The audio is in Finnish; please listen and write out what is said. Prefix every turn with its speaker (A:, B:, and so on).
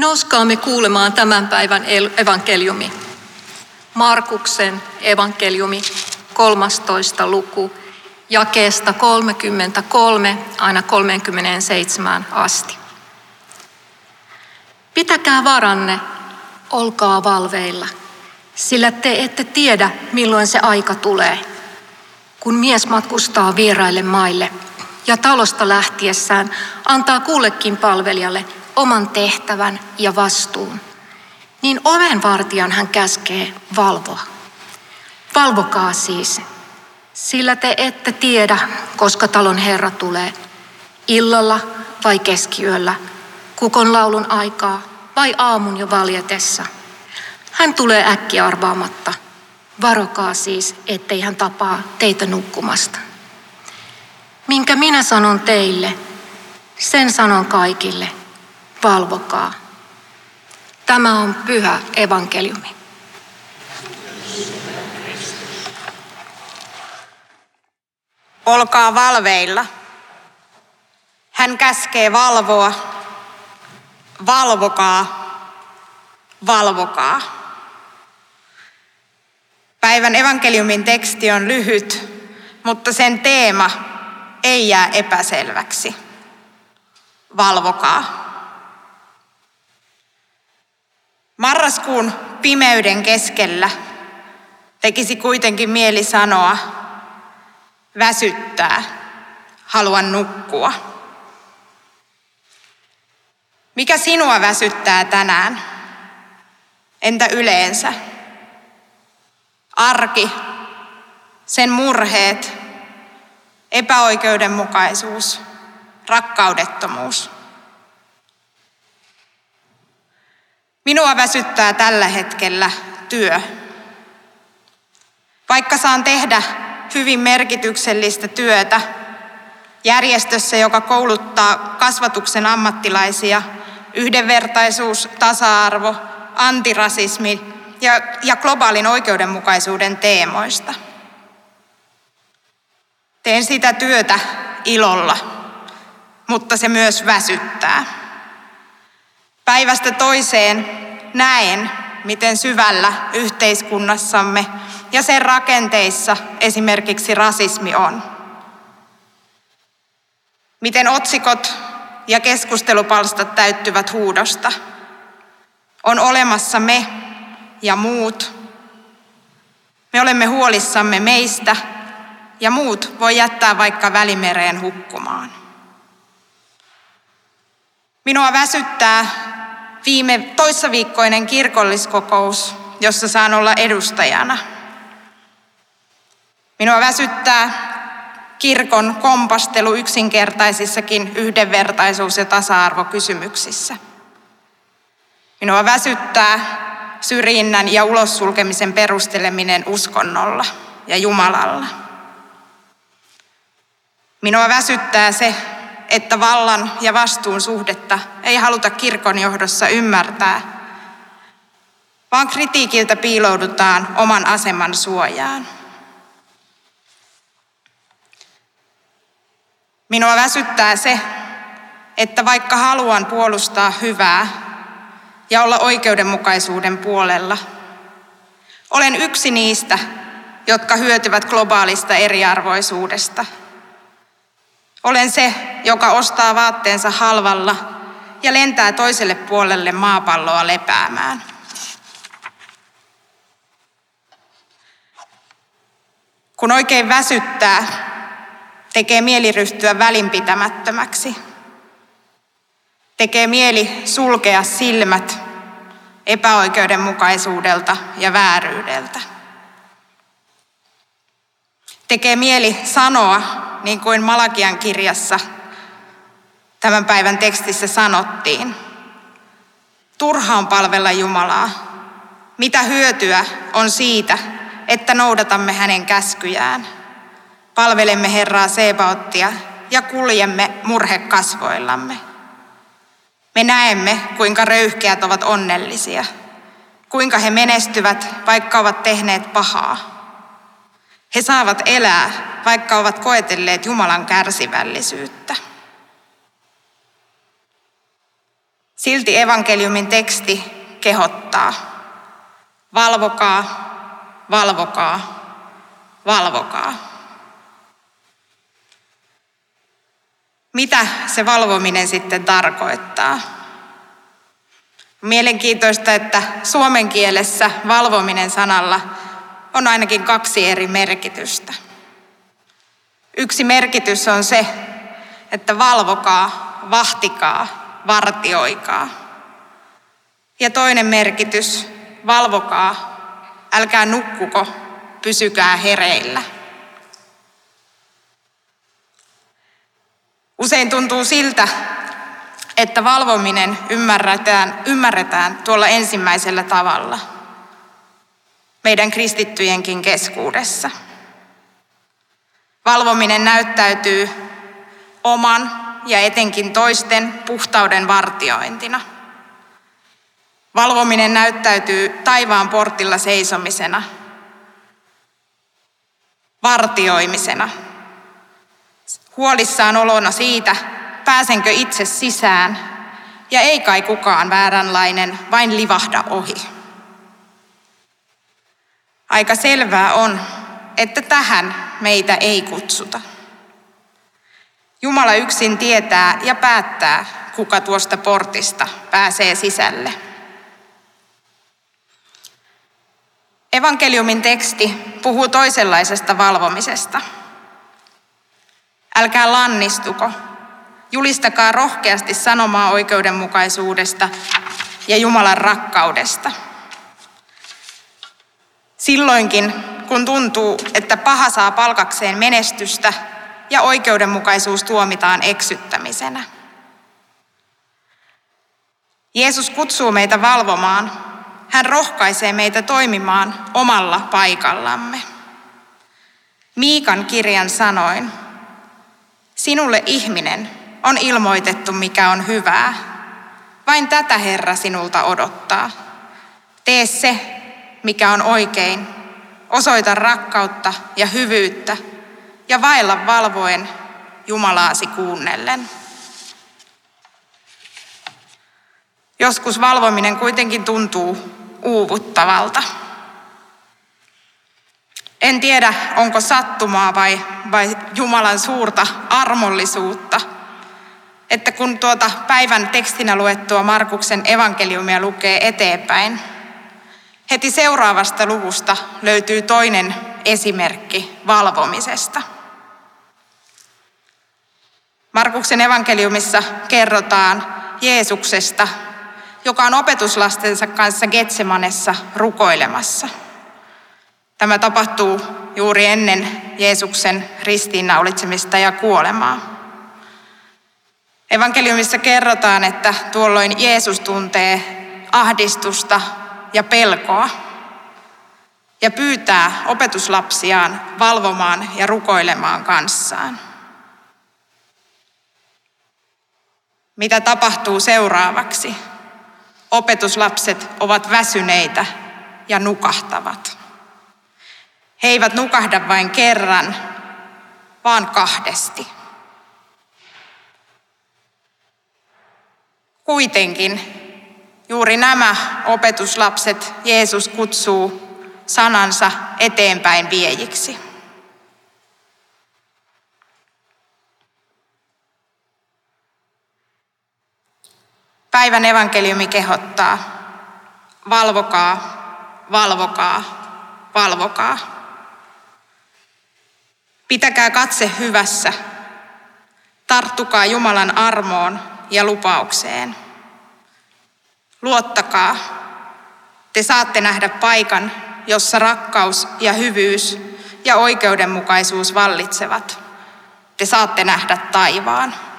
A: Nouskaamme kuulemaan tämän päivän evankeliumi. Markuksen evankeliumi, 13. luku, jakeesta 33 aina 37 asti. Pitäkää varanne, olkaa valveilla, sillä te ette tiedä, milloin se aika tulee, kun mies matkustaa vieraille maille ja talosta lähtiessään antaa kullekin palvelijalle oman tehtävän ja vastuun, niin ovenvartijan hän käskee valvoa. Valvokaa siis, sillä te ette tiedä, koska talon herra tulee, illalla vai keskiyöllä, kukonlaulun aikaa vai aamun jo valjetessa. Hän tulee äkkiä arvaamatta. Varokaa siis, ettei hän tapaa teitä nukkumasta. Minkä minä sanon teille, sen sanon kaikille. Valvokaa. Tämä on pyhä evankeliumi.
B: Olkaa valveilla. Hän käskee valvoa. Valvokaa. Valvokaa. Päivän evankeliumin teksti on lyhyt, mutta sen teema ei jää epäselväksi. Valvokaa. Marraskuun pimeyden keskellä tekisi kuitenkin mieli sanoa, väsyttää, haluan nukkua. Mikä sinua väsyttää tänään? Entä yleensä? Arki, sen murheet, epäoikeudenmukaisuus, rakkaudettomuus. Minua väsyttää tällä hetkellä työ. Vaikka saan tehdä hyvin merkityksellistä työtä järjestössä, joka kouluttaa kasvatuksen ammattilaisia yhdenvertaisuus, tasa-arvo, antirasismi ja globaalin oikeudenmukaisuuden teemoista. Teen sitä työtä ilolla, mutta se myös väsyttää. Päivästä toiseen näen, miten syvällä yhteiskunnassamme ja sen rakenteissa esimerkiksi rasismi on. Miten otsikot ja keskustelupalstat täyttyvät huudosta. On olemassa me ja muut. Me olemme huolissamme meistä ja muut voi jättää vaikka Välimereen hukkumaan. Minua väsyttää toissaviikkoinen kirkolliskokous, jossa saan olla edustajana. Minua väsyttää kirkon kompastelu yksinkertaisissakin yhdenvertaisuus- ja tasa-arvokysymyksissä. Minua väsyttää syrjinnän ja ulossulkemisen perusteleminen uskonnolla ja Jumalalla. Minua väsyttää se, että vallan ja vastuun suhdetta ei haluta kirkon johdossa ymmärtää, vaan kritiikiltä piiloudutaan oman aseman suojaan. Minua väsyttää se, että vaikka haluan puolustaa hyvää ja olla oikeudenmukaisuuden puolella, olen yksi niistä, jotka hyötyvät globaalista eriarvoisuudesta. Olen se, joka ostaa vaatteensa halvalla ja lentää toiselle puolelle maapalloa lepäämään. Kun oikein väsyttää, tekee mieli ryhtyä välinpitämättömäksi. Tekee mieli sulkea silmät epäoikeudenmukaisuudelta ja vääryydeltä. Tekee mieli sanoa, niin kuin Malakian kirjassa tämän päivän tekstissä sanottiin. Turha on palvella Jumalaa. Mitä hyötyä on siitä, että noudatamme hänen käskyjään? Palvelemme Herraa Sebaottia ja kuljemme murhekasvoillamme. Me näemme, kuinka röyhkeät ovat onnellisia, kuinka he menestyvät, vaikka ovat tehneet pahaa. He saavat elää, vaikka ovat koetelleet Jumalan kärsivällisyyttä. Silti evankeliumin teksti kehottaa: valvokaa, valvokaa, valvokaa. Mitä se valvominen sitten tarkoittaa? Mielenkiintoista, että suomen kielessä valvominen sanalla on ainakin 2 eri merkitystä. Yksi merkitys on se, että valvokaa, vahtikaa, vartioikaa. Ja toinen merkitys, valvokaa, älkää nukkuko, pysykää hereillä. Usein tuntuu siltä, että valvominen ymmärretään tuolla ensimmäisellä tavalla meidän kristittyjenkin keskuudessa. Valvominen näyttäytyy oman ja etenkin toisten puhtauden vartiointina. Valvominen näyttäytyy taivaan portilla seisomisena, vartioimisena, huolissaan olona siitä, pääsenkö itse sisään, ja ei kai kukaan vääränlainen vain livahda ohi. Aika selvää on, että tähän meitä ei kutsuta. Jumala yksin tietää ja päättää, kuka tuosta portista pääsee sisälle. Evankeliumin teksti puhuu toisenlaisesta valvomisesta. Älkää lannistuko, julistakaa rohkeasti sanomaa oikeudenmukaisuudesta ja Jumalan rakkaudesta. Silloinkin, kun tuntuu, että paha saa palkakseen menestystä ja oikeudenmukaisuus tuomitaan eksyttämisenä. Jeesus kutsuu meitä valvomaan. Hän rohkaisee meitä toimimaan omalla paikallamme. Miikan kirjan sanoin: sinulle, ihminen, on ilmoitettu, mikä on hyvää. Vain tätä Herra sinulta odottaa. Tee se, mikä on oikein. Osoita rakkautta ja hyvyyttä ja vaella valvoen Jumalaasi kuunnellen. Joskus valvominen kuitenkin tuntuu uuvuttavalta. En tiedä, onko sattumaa vai Jumalan suurta armollisuutta, että kun tuota päivän tekstinä luettua Markuksen evankeliumia lukee eteenpäin, heti seuraavasta luvusta löytyy toinen esimerkki valvomisesta. Markuksen evankeliumissa kerrotaan Jeesuksesta, joka on opetuslastensa kanssa Getsemanessa rukoilemassa. Tämä tapahtuu juuri ennen Jeesuksen ristiinnaulitsemista ja kuolemaa. Evankeliumissa kerrotaan, että tuolloin Jeesus tuntee ahdistusta ja pelkoa ja pyytää opetuslapsiaan valvomaan ja rukoilemaan kanssaan. Mitä tapahtuu seuraavaksi? Opetuslapset ovat väsyneitä ja nukahtavat. He eivät nukahda vain kerran, vaan 2. Kuitenkin juuri nämä opetuslapset Jeesus kutsuu sanansa eteenpäin viejiksi. Päivän evankeliumi kehottaa: valvokaa, valvokaa, valvokaa. Pitäkää katse hyvässä. Tarttukaa Jumalan armoon ja lupaukseen. Luottakaa. Te saatte nähdä paikan, jossa rakkaus ja hyvyys ja oikeudenmukaisuus vallitsevat. Te saatte nähdä taivaan.